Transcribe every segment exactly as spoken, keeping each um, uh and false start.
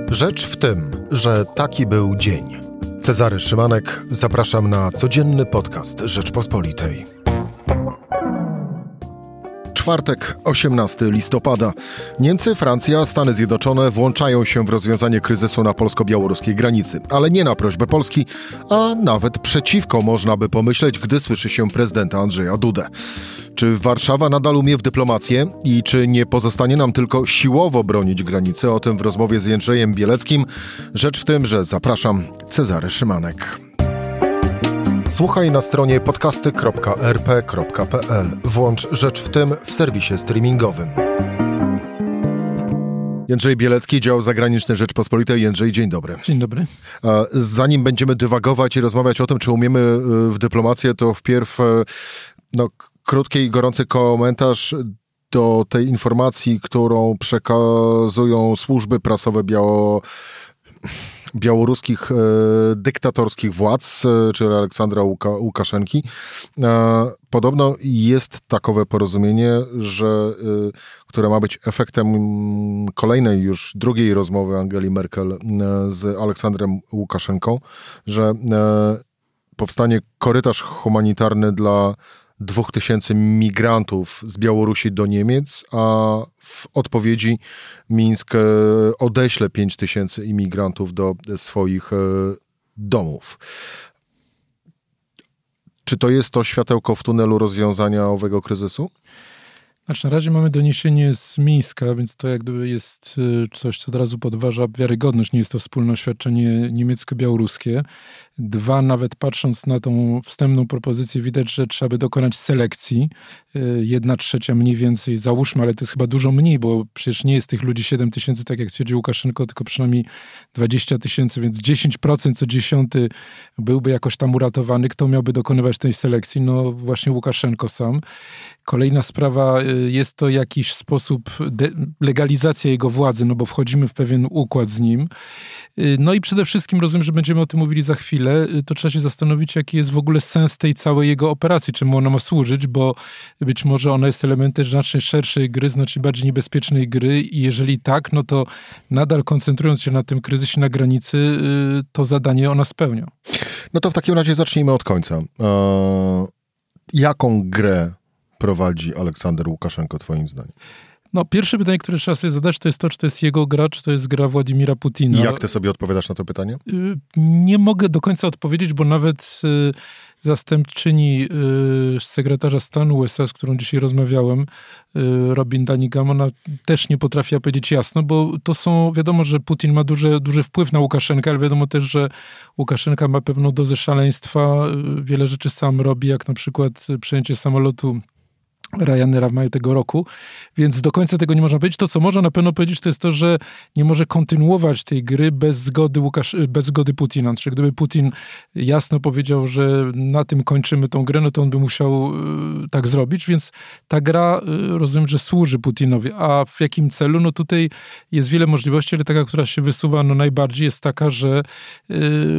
Rzecz w tym, że taki był dzień. Cezary Szymanek, zapraszam na codzienny podcast Rzeczpospolitej. Czwartek, osiemnastego listopada. Niemcy, Francja, Stany Zjednoczone włączają się w rozwiązanie kryzysu na polsko-białoruskiej granicy. Ale nie na prośbę Polski, a nawet przeciwko, można by pomyśleć, gdy słyszy się prezydenta Andrzeja Dudę. Czy Warszawa nadal umie w dyplomację i czy nie pozostanie nam tylko siłowo bronić granicy? O tym w rozmowie z Jędrzejem Bieleckim. Rzecz w tym, że zapraszam, Cezary Szymanek. Słuchaj na stronie podcasty kropka er pe kropka pe el. Włącz Rzecz w tym w serwisie streamingowym. Jędrzej Bielecki, dział zagraniczny Rzeczpospolitej. Jędrzej, dzień dobry. Dzień dobry. Zanim będziemy dywagować i rozmawiać o tym, czy umiemy w dyplomację, to wpierw no, krótki i gorący komentarz do tej informacji, którą przekazują służby prasowe biało... białoruskich e, dyktatorskich władz, e, czyli Aleksandra Łuka, Łukaszenki. E, podobno jest takowe porozumienie, że, e, które ma być efektem kolejnej już drugiej rozmowy Angeli Merkel e, z Aleksandrem Łukaszenką, że e, powstanie korytarz humanitarny dla dwóch tysięcy migrantów z Białorusi do Niemiec, a w odpowiedzi Mińsk odeśle pięć tysięcy imigrantów do swoich domów. Czy to jest to światełko w tunelu rozwiązania owego kryzysu? Znaczy, na razie mamy doniesienie z Mińska, więc to jak gdyby jest coś, co od razu podważa wiarygodność. Nie jest to wspólne oświadczenie niemiecko-białoruskie. Dwa, nawet patrząc na tą wstępną propozycję, widać, że trzeba by dokonać selekcji. Jedna trzecia mniej więcej, załóżmy, ale to jest chyba dużo mniej, bo przecież nie jest tych ludzi siedem tysięcy, tak jak stwierdził Łukaszenko, tylko przynajmniej dwadzieścia tysięcy, więc dziesięć procent co dziesiąty byłby jakoś tam uratowany. Kto miałby dokonywać tej selekcji? No właśnie Łukaszenko sam. Kolejna sprawa, jest to jakiś sposób de- legalizacja jego władzy, no bo wchodzimy w pewien układ z nim. No i przede wszystkim, rozumiem, że będziemy o tym mówili za chwilę, to trzeba się zastanowić, jaki jest w ogóle sens tej całej jego operacji, czemu ona ma służyć, bo być może ona jest elementem znacznie szerszej gry, znacznie bardziej niebezpiecznej gry i jeżeli tak, no to nadal koncentrując się na tym kryzysie na granicy, to zadanie ona spełnia. No to w takim razie zacznijmy od końca. Eee, jaką grę prowadzi Aleksander Łukaszenko, twoim zdaniem? No, pierwsze pytanie, które trzeba sobie zadać, to jest to, czy to jest jego gra, czy to jest gra Władimira Putina. I jak ty sobie odpowiadasz na to pytanie? Nie mogę do końca odpowiedzieć, bo nawet zastępczyni sekretarza stanu U S A, z którą dzisiaj rozmawiałem, Robin Danigam, ona też nie potrafiła powiedzieć jasno, bo to są, wiadomo, że Putin ma duży, duży wpływ na Łukaszenkę, ale wiadomo też, że Łukaszenka ma pewną dozę szaleństwa, wiele rzeczy sam robi, jak na przykład przejęcie samolotu Ryanaira w maju tego roku, więc do końca tego nie można powiedzieć. To, co można na pewno powiedzieć, to jest to, że nie może kontynuować tej gry bez zgody Łukasz, bez zgody Putina. Czyli gdyby Putin jasno powiedział, że na tym kończymy tą grę, no to on by musiał y, tak zrobić, więc ta gra, y, rozumiem, że służy Putinowi. A w jakim celu? No tutaj jest wiele możliwości, ale taka, która się wysuwa no najbardziej jest taka, że y,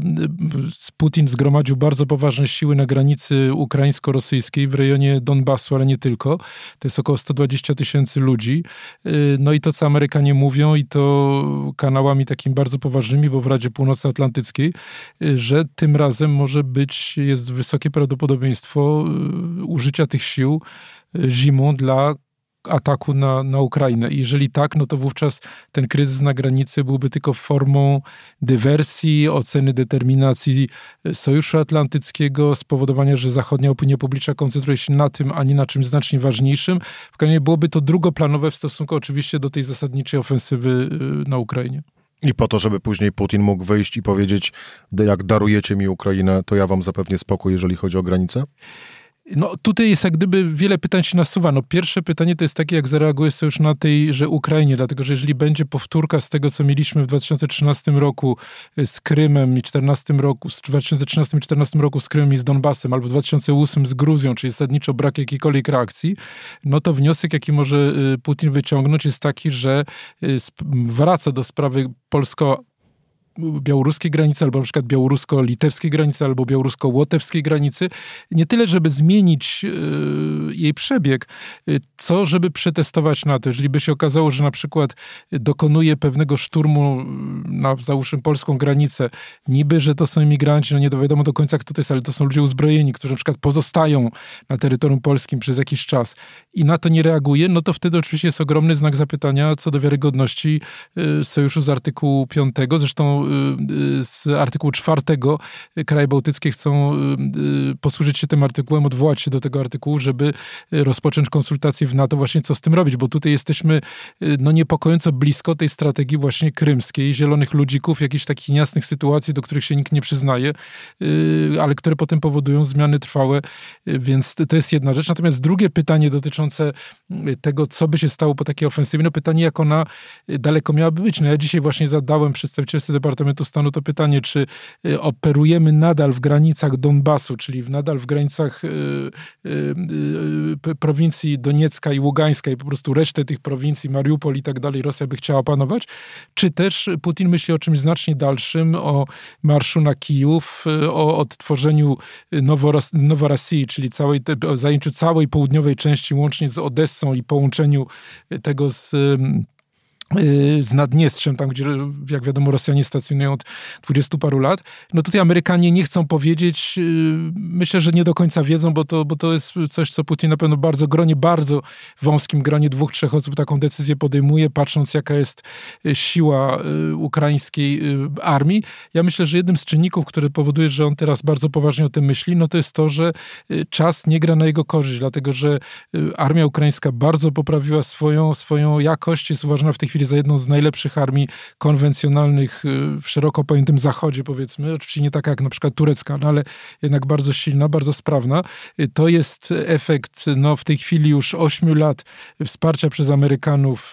Putin zgromadził bardzo poważne siły na granicy ukraińsko-rosyjskiej w rejonie Donbasu, ale nie tylko. To jest około sto dwadzieścia tysięcy ludzi. No i to, co Amerykanie mówią, i to kanałami takimi bardzo poważnymi, bo w Radzie Północnoatlantyckiej, że tym razem może być, jest wysokie prawdopodobieństwo użycia tych sił zimą dla ataku na, na Ukrainę. I jeżeli tak, no to wówczas ten kryzys na granicy byłby tylko formą dywersji, oceny determinacji Sojuszu Atlantyckiego, spowodowania, że zachodnia opinia publiczna koncentruje się na tym, a nie na czymś znacznie ważniejszym. W każdym razie byłoby to drugoplanowe w stosunku oczywiście do tej zasadniczej ofensywy na Ukrainie. I po to, żeby później Putin mógł wyjść i powiedzieć, jak darujecie mi Ukrainę, to ja wam zapewnię spokój, jeżeli chodzi o granicę? No tutaj jest jak gdyby wiele pytań się nasuwa. No pierwsze pytanie to jest takie, jak zareaguje sojusz na tejże Ukrainie, dlatego że jeżeli będzie powtórka z tego, co mieliśmy w dwa tysiące trzynastym roku z Krymem i czternastym roku, w dwa tysiące trzynastym i dwa tysiące czternastym roku z Krymem i z Donbasem, albo w dwa tysiące ósmym z Gruzją, czyli zasadniczo brak jakiejkolwiek reakcji, no to wniosek, jaki może Putin wyciągnąć, jest taki, że wraca do sprawy polsko białoruskiej granicy, albo na przykład białorusko-litewskiej granicy, albo białorusko-łotewskiej granicy. Nie tyle, żeby zmienić y, jej przebieg, y, co żeby przetestować na to. Jeżeli by się okazało, że na przykład dokonuje pewnego szturmu na, załóżmy, polską granicę, niby, że to są imigranci, no nie wiadomo do końca, kto to jest, ale to są ludzie uzbrojeni, którzy na przykład pozostają na terytorium polskim przez jakiś czas i na to nie reaguje, no to wtedy oczywiście jest ogromny znak zapytania co do wiarygodności y, sojuszu z artykułu piątego. Zresztą y, y, z artykułu czwartego kraje bałtyckie chcą y, y, posłużyć się tym artykułem, odwołać się do tego artykułu, żeby rozpocząć konsultacje w NATO właśnie co z tym robić, bo tutaj jesteśmy y, no niepokojąco blisko tej strategii właśnie krymskiej, zielonych ludzików, jakichś takich niejasnych sytuacji, do których się nikt nie przyznaje, y, ale które potem powodują zmiany trwałe, y, więc to jest jedna rzecz. Natomiast drugie pytanie dotyczące tego, co by się stało po takiej ofensywie, no pytanie, jak ona daleko miałaby być. No ja dzisiaj właśnie zadałem przedstawicielstwie Departamentu Stanu to pytanie, czy operujemy nadal w granicach Donbasu, czyli nadal w granicach y, y, y, prowincji Doniecka i Ługańska i po prostu resztę tych prowincji, Mariupol i tak dalej, Rosja by chciała panować, czy też Putin myśli o czymś znacznie dalszym, o marszu na Kijów, o odtworzeniu Noworos- Noworosji, czyli całej te, o zajęciu całej południowej części łącznie z Odessą i połączeniu tego z z Naddniestrzem, tam gdzie, jak wiadomo, Rosjanie stacjonują od dwudziestu paru lat. No tutaj Amerykanie nie chcą powiedzieć, myślę, że nie do końca wiedzą, bo to, bo to jest coś, co Putin na pewno bardzo gronie, bardzo wąskim gronie dwóch, trzech osób taką decyzję podejmuje, patrząc jaka jest siła ukraińskiej armii. Ja myślę, że jednym z czynników, który powoduje, że on teraz bardzo poważnie o tym myśli, no to jest to, że czas nie gra na jego korzyść, dlatego, że armia ukraińska bardzo poprawiła swoją, swoją jakość, jest uważana w tej chwili za jedną z najlepszych armii konwencjonalnych w szeroko pojętym zachodzie, powiedzmy. Oczywiście nie taka jak na przykład turecka, no ale jednak bardzo silna, bardzo sprawna. To jest efekt no, w tej chwili już ośmiu lat wsparcia przez Amerykanów,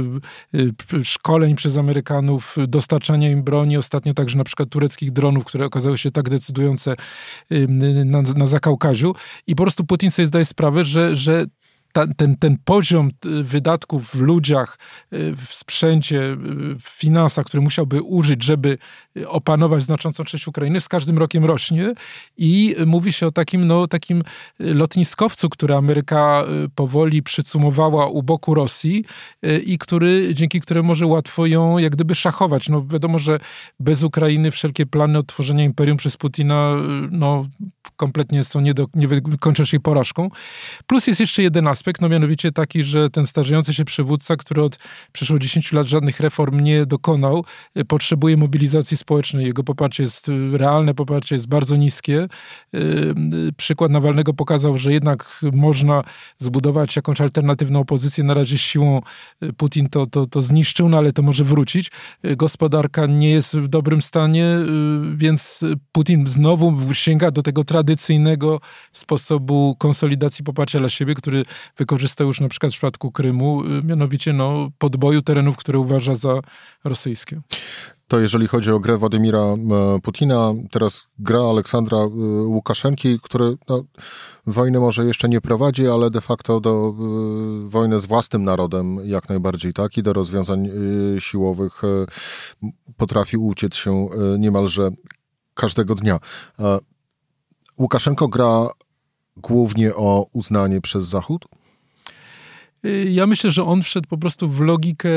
szkoleń przez Amerykanów, dostarczania im broni, ostatnio także na przykład tureckich dronów, które okazały się tak decydujące na, na Zakaukaziu. I po prostu Putin sobie zdaje sprawę, że, że Ta, ten, ten poziom wydatków w ludziach, w sprzęcie, w finansach, które musiałby użyć, żeby opanować znaczącą część Ukrainy, z każdym rokiem rośnie i mówi się o takim, no, takim lotniskowcu, który Ameryka powoli przycumowała u boku Rosji i który, dzięki któremu może łatwo ją jak gdyby szachować. No wiadomo, że bez Ukrainy wszelkie plany odtworzenia imperium przez Putina no, kompletnie są nie do, nie kończą się porażką. Plus jest jeszcze jeden aspekt, no mianowicie taki, że ten starzejący się przywódca, który od przeszło dziesięciu lat żadnych reform nie dokonał, potrzebuje mobilizacji społecznej. Jego poparcie jest, realne poparcie jest bardzo niskie. Przykład Nawalnego pokazał, że jednak można zbudować jakąś alternatywną opozycję. Na razie siłą Putin to, to, to zniszczył, no ale to może wrócić. Gospodarka nie jest w dobrym stanie, więc Putin znowu sięga do tego tradycyjnego sposobu konsolidacji poparcia dla siebie, który wykorzystał już na przykład w przypadku Krymu, mianowicie no, podboju terenów, które uważa za rosyjskie. To jeżeli chodzi o grę Władimira Putina, teraz gra Aleksandra Łukaszenki, który no, wojny może jeszcze nie prowadzi, ale de facto do y, wojny z własnym narodem jak najbardziej, tak, i do rozwiązań y, siłowych y, potrafi uciec się y, niemalże każdego dnia. Y, Łukaszenko gra głównie o uznanie przez Zachód? Ja myślę, że on wszedł po prostu w logikę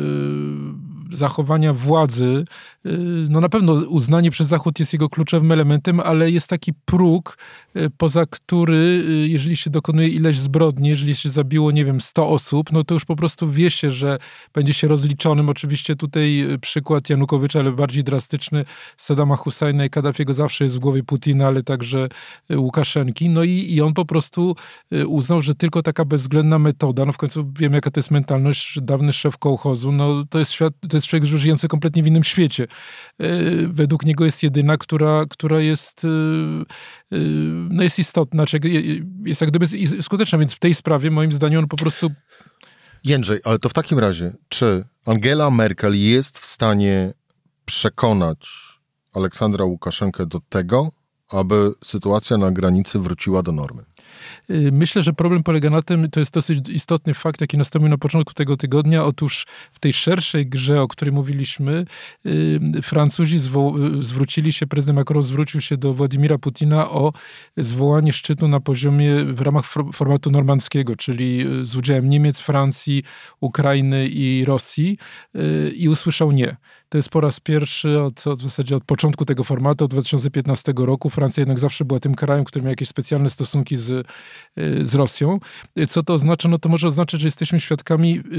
zachowania władzy. No na pewno uznanie przez Zachód jest jego kluczowym elementem, ale jest taki próg, poza który, jeżeli się dokonuje ileś zbrodni, jeżeli się zabiło, nie wiem, sto osób, no to już po prostu wie się, że będzie się rozliczonym. Oczywiście tutaj przykład Janukowycza, ale bardziej drastyczny, Saddama Husajna i Kaddafiego zawsze jest w głowie Putina, ale także Łukaszenki. No i, i on po prostu uznał, że tylko taka bezwzględna metoda, no w końcu wiemy, jaka to jest mentalność, dawny szef kołchozu, no to jest świat, to jest człowiek żyjący kompletnie w innym świecie. Według niego jest jedyna, która, która jest no jest istotna, jest jak gdyby skuteczna, więc w tej sprawie moim zdaniem on po prostu... Jędrzej, ale to w takim razie, czy Angela Merkel jest w stanie przekonać Aleksandra Łukaszenkę do tego, aby sytuacja na granicy wróciła do normy? Myślę, że problem polega na tym, to jest dosyć istotny fakt, jaki nastąpił na początku tego tygodnia. Otóż w tej szerszej grze, o której mówiliśmy, Francuzi zwo- zwrócili się, prezydent Macron zwrócił się do Władimira Putina o zwołanie szczytu na poziomie w ramach formatu normandzkiego, czyli z udziałem Niemiec, Francji, Ukrainy i Rosji i usłyszał nie. To jest po raz pierwszy od, od, w zasadzie od początku tego formatu, od dwa tysiące piętnastego roku. Francja jednak zawsze była tym krajem, który miał jakieś specjalne stosunki z, z Rosją. Co to oznacza? No to może oznaczać, że jesteśmy świadkami yy,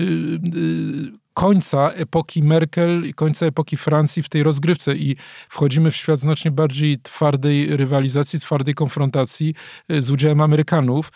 yy, końca epoki Merkel i końca epoki Francji w tej rozgrywce i wchodzimy w świat znacznie bardziej twardej rywalizacji, twardej konfrontacji z udziałem Amerykanów.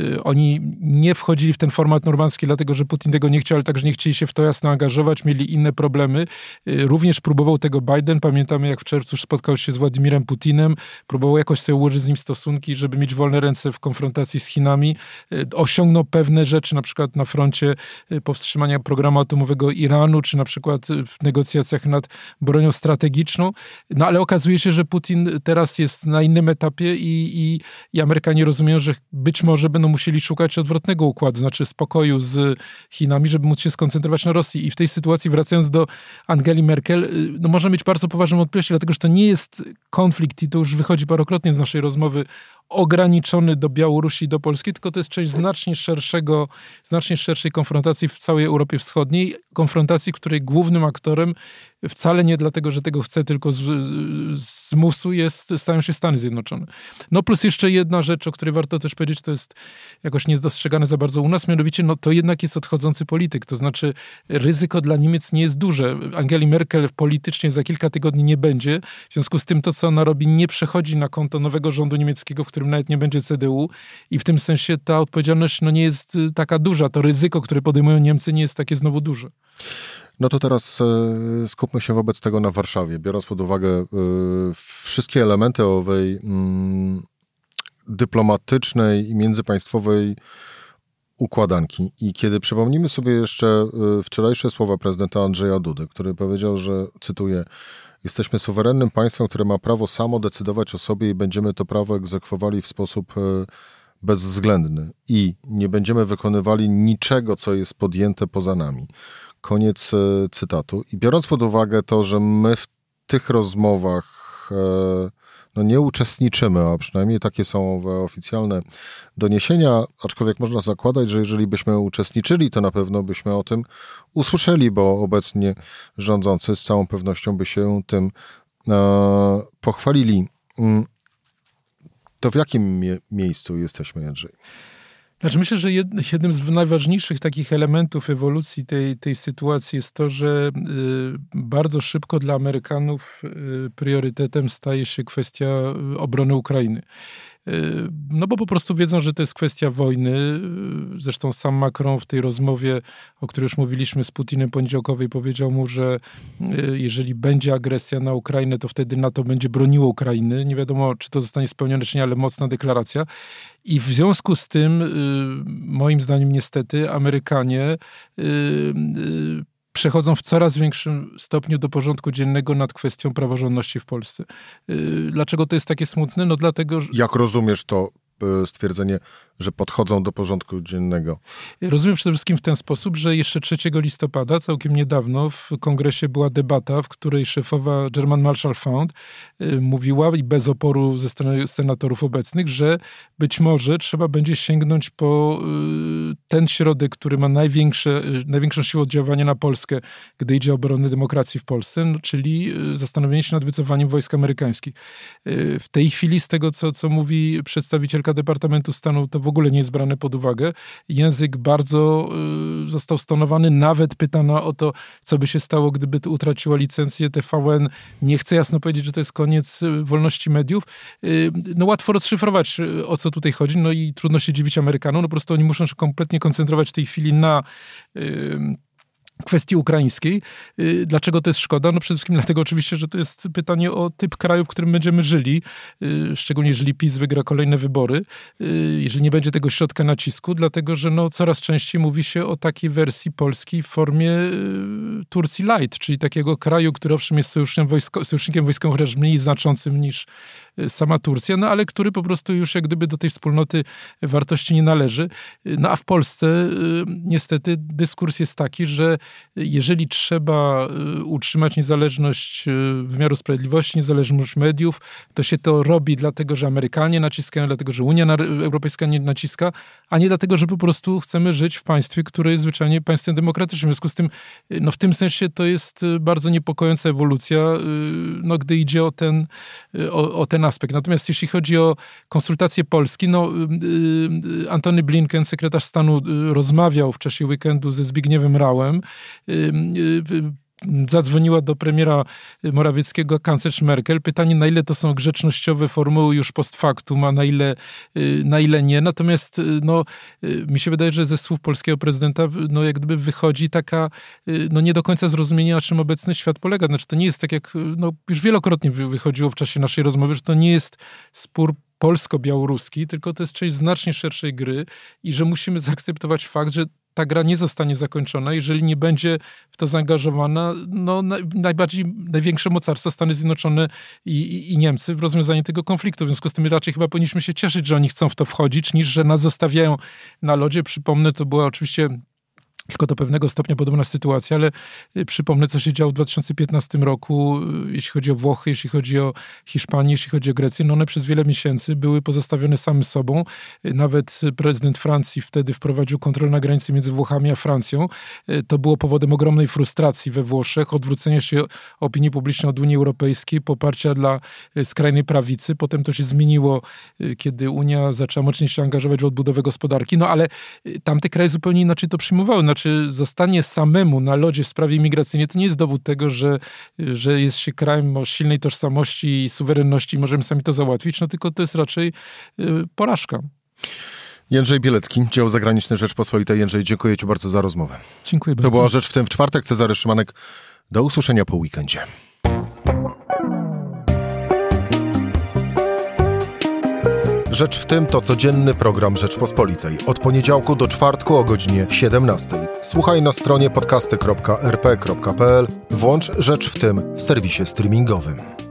Oni nie wchodzili w ten format normandzki, dlatego że Putin tego nie chciał, ale także nie chcieli się w to jasno angażować, mieli inne problemy. Również próbował tego Biden. Pamiętamy, jak w czerwcu spotkał się z Władimirem Putinem, próbował jakoś sobie ułożyć z nim stosunki, żeby mieć wolne ręce w konfrontacji z Chinami. Osiągnął pewne rzeczy, na przykład na froncie powstrzymania programu atomowego Iranu, czy na przykład w negocjacjach nad bronią strategiczną. No ale okazuje się, że Putin teraz jest na innym etapie i, i, i Amerykanie rozumieją, że być może będą musieli szukać odwrotnego układu, znaczy spokoju z Chinami, żeby móc się skoncentrować na Rosji. I w tej sytuacji, wracając do Angeli Merkel, no można mieć bardzo poważną wątpliwość, dlatego że to nie jest konflikt i to już wychodzi parokrotnie z naszej rozmowy, ograniczony do Białorusi i do Polski, tylko to jest część znacznie szerszego, znacznie szerszej konfrontacji w całej Europie Wschodniej, konfrontacji, której głównym aktorem wcale nie dlatego, że tego chce, tylko z, z zmusu jest, stają się Stany Zjednoczone. No plus jeszcze jedna rzecz, o której warto też powiedzieć, to jest jakoś niedostrzegane za bardzo u nas, mianowicie no to jednak jest odchodzący polityk, to znaczy ryzyko dla Niemiec nie jest duże. Angeli Merkel politycznie za kilka tygodni nie będzie, w związku z tym to, co ona robi, nie przechodzi na konto nowego rządu niemieckiego, w którym nawet nie będzie C D U i w tym sensie ta odpowiedzialność no, nie jest taka duża. To ryzyko, które podejmują Niemcy, nie jest takie znowu duże. No to teraz e, skupmy się wobec tego na Warszawie, biorąc pod uwagę e, wszystkie elementy owej mm, dyplomatycznej i międzypaństwowej układanki. I kiedy przypomnimy sobie jeszcze e, wczorajsze słowa prezydenta Andrzeja Dudy, który powiedział, że, cytuję, jesteśmy suwerennym państwem, które ma prawo samo decydować o sobie i będziemy to prawo egzekwowali w sposób e, bezwzględny i nie będziemy wykonywali niczego, co jest podjęte poza nami. Koniec cytatu. I biorąc pod uwagę to, że my w tych rozmowach no, nie uczestniczymy, a przynajmniej takie są oficjalne doniesienia, aczkolwiek można zakładać, że jeżeli byśmy uczestniczyli, to na pewno byśmy o tym usłyszeli, bo obecnie rządzący z całą pewnością by się tym e, pochwalili. To w jakim mie- miejscu jesteśmy, Jędrzej? Znaczy myślę, że jednym z najważniejszych takich elementów ewolucji tej, tej sytuacji jest to, że bardzo szybko dla Amerykanów priorytetem staje się kwestia obrony Ukrainy. No bo po prostu wiedzą, że to jest kwestia wojny. Zresztą sam Macron w tej rozmowie, o której już mówiliśmy z Putinem poniedziałkowej, powiedział mu, że jeżeli będzie agresja na Ukrainę, to wtedy NATO będzie broniło Ukrainy. Nie wiadomo, czy to zostanie spełnione, czy nie, ale mocna deklaracja. I w związku z tym, moim zdaniem niestety, Amerykanie przechodzą w coraz większym stopniu do porządku dziennego nad kwestią praworządności w Polsce. Dlaczego to jest takie smutne? No dlatego, że... Jak rozumiesz to stwierdzenie, że podchodzą do porządku dziennego? Rozumiem przede wszystkim w ten sposób, że jeszcze trzeciego listopada, całkiem niedawno, w kongresie była debata, w której szefowa German Marshall Fund y, mówiła, i bez oporu ze strony senatorów obecnych, że być może trzeba będzie sięgnąć po y, ten środek, który ma największe, y, największą siłę oddziaływania na Polskę, gdy idzie o obronę demokracji w Polsce, no, czyli y, zastanowienie się nad wycofaniem wojsk amerykańskich. Y, w tej chwili z tego, co, co mówi przedstawicielka Departamentu Stanu, to w ogóle nie jest brane pod uwagę. Język bardzo y, został stonowany. Nawet pytano o to, co by się stało, gdyby utraciła licencję T V N. Nie chcę jasno powiedzieć, że to jest koniec y, wolności mediów. Y, no łatwo rozszyfrować, y, o co tutaj chodzi. No i trudno się dziwić Amerykanom. No po prostu oni muszą się kompletnie koncentrować w tej chwili na... Y, kwestii ukraińskiej. Dlaczego to jest szkoda? No przede wszystkim dlatego oczywiście, że to jest pytanie o typ kraju, w którym będziemy żyli, szczególnie jeżeli PiS wygra kolejne wybory, jeżeli nie będzie tego środka nacisku, dlatego, że no coraz częściej mówi się o takiej wersji Polski w formie Turcji light, czyli takiego kraju, który owszem jest sojusznikiem, wojsko, sojusznikiem wojskowym chociaż mniej znaczącym niż sama Turcja, no ale który po prostu już jak gdyby do tej wspólnoty wartości nie należy. No a w Polsce niestety dyskurs jest taki, że jeżeli trzeba utrzymać niezależność wymiaru sprawiedliwości, niezależność mediów, to się to robi dlatego, że Amerykanie naciskają, dlatego, że Unia Europejska nie naciska, a nie dlatego, że po prostu chcemy żyć w państwie, które jest zwyczajnie państwem demokratycznym. W związku z tym, no w tym sensie to jest bardzo niepokojąca ewolucja, no gdy idzie o ten, o, o ten aspekt. Natomiast jeśli chodzi o konsultacje Polski, no Antony Blinken, sekretarz stanu, rozmawiał w czasie weekendu ze Zbigniewem Rauem. Zadzwoniła do premiera Morawieckiego kanclerz Merkel. Pytanie, na ile to są grzecznościowe formuły już post factum, a na ile, na ile nie. Natomiast no, mi się wydaje, że ze słów polskiego prezydenta no, jak gdyby wychodzi taka no, nie do końca zrozumienie, na czym obecny świat polega. Znaczy to nie jest tak jak no, już wielokrotnie wychodziło w czasie naszej rozmowy, że to nie jest spór polsko-białoruski, tylko to jest część znacznie szerszej gry i że musimy zaakceptować fakt, że ta gra nie zostanie zakończona, jeżeli nie będzie w to zaangażowana no, najbardziej, największe mocarstwa, Stany Zjednoczone i, i, i Niemcy w rozwiązanie tego konfliktu. W związku z tym raczej chyba powinniśmy się cieszyć, że oni chcą w to wchodzić, niż że nas zostawiają na lodzie. Przypomnę, to była oczywiście tylko do pewnego stopnia podobna sytuacja, ale przypomnę, co się działo w dwa tysiące piętnastym roku, jeśli chodzi o Włochy, jeśli chodzi o Hiszpanię, jeśli chodzi o Grecję. No one przez wiele miesięcy były pozostawione same sobą. Nawet prezydent Francji wtedy wprowadził kontrolę na granicy między Włochami a Francją. To było powodem ogromnej frustracji we Włoszech, odwrócenia się opinii publicznej od Unii Europejskiej, poparcia dla skrajnej prawicy. Potem to się zmieniło, kiedy Unia zaczęła mocniej się angażować w odbudowę gospodarki. No ale tamte kraje zupełnie inaczej to przyjmowały. Znaczy zostanie samemu na lodzie w sprawie imigracyjnej to nie jest dowód tego, że, że jest się krajem o silnej tożsamości i suwerenności i możemy sami to załatwić, no tylko to jest raczej y, porażka. Jędrzej Bielecki, dział zagraniczny Rzeczpospolitej. Jędrzej, dziękuję Ci bardzo za rozmowę. Dziękuję bardzo. To była Rzecz w tym w czwartek. Cezary Szymanek. Do usłyszenia po weekendzie. Rzecz w tym to codzienny program Rzeczpospolitej. Od poniedziałku do czwartku o godzinie siedemnastej. Słuchaj na stronie podcasty kropka er pe kropka pe el. Włącz Rzecz w tym w serwisie streamingowym.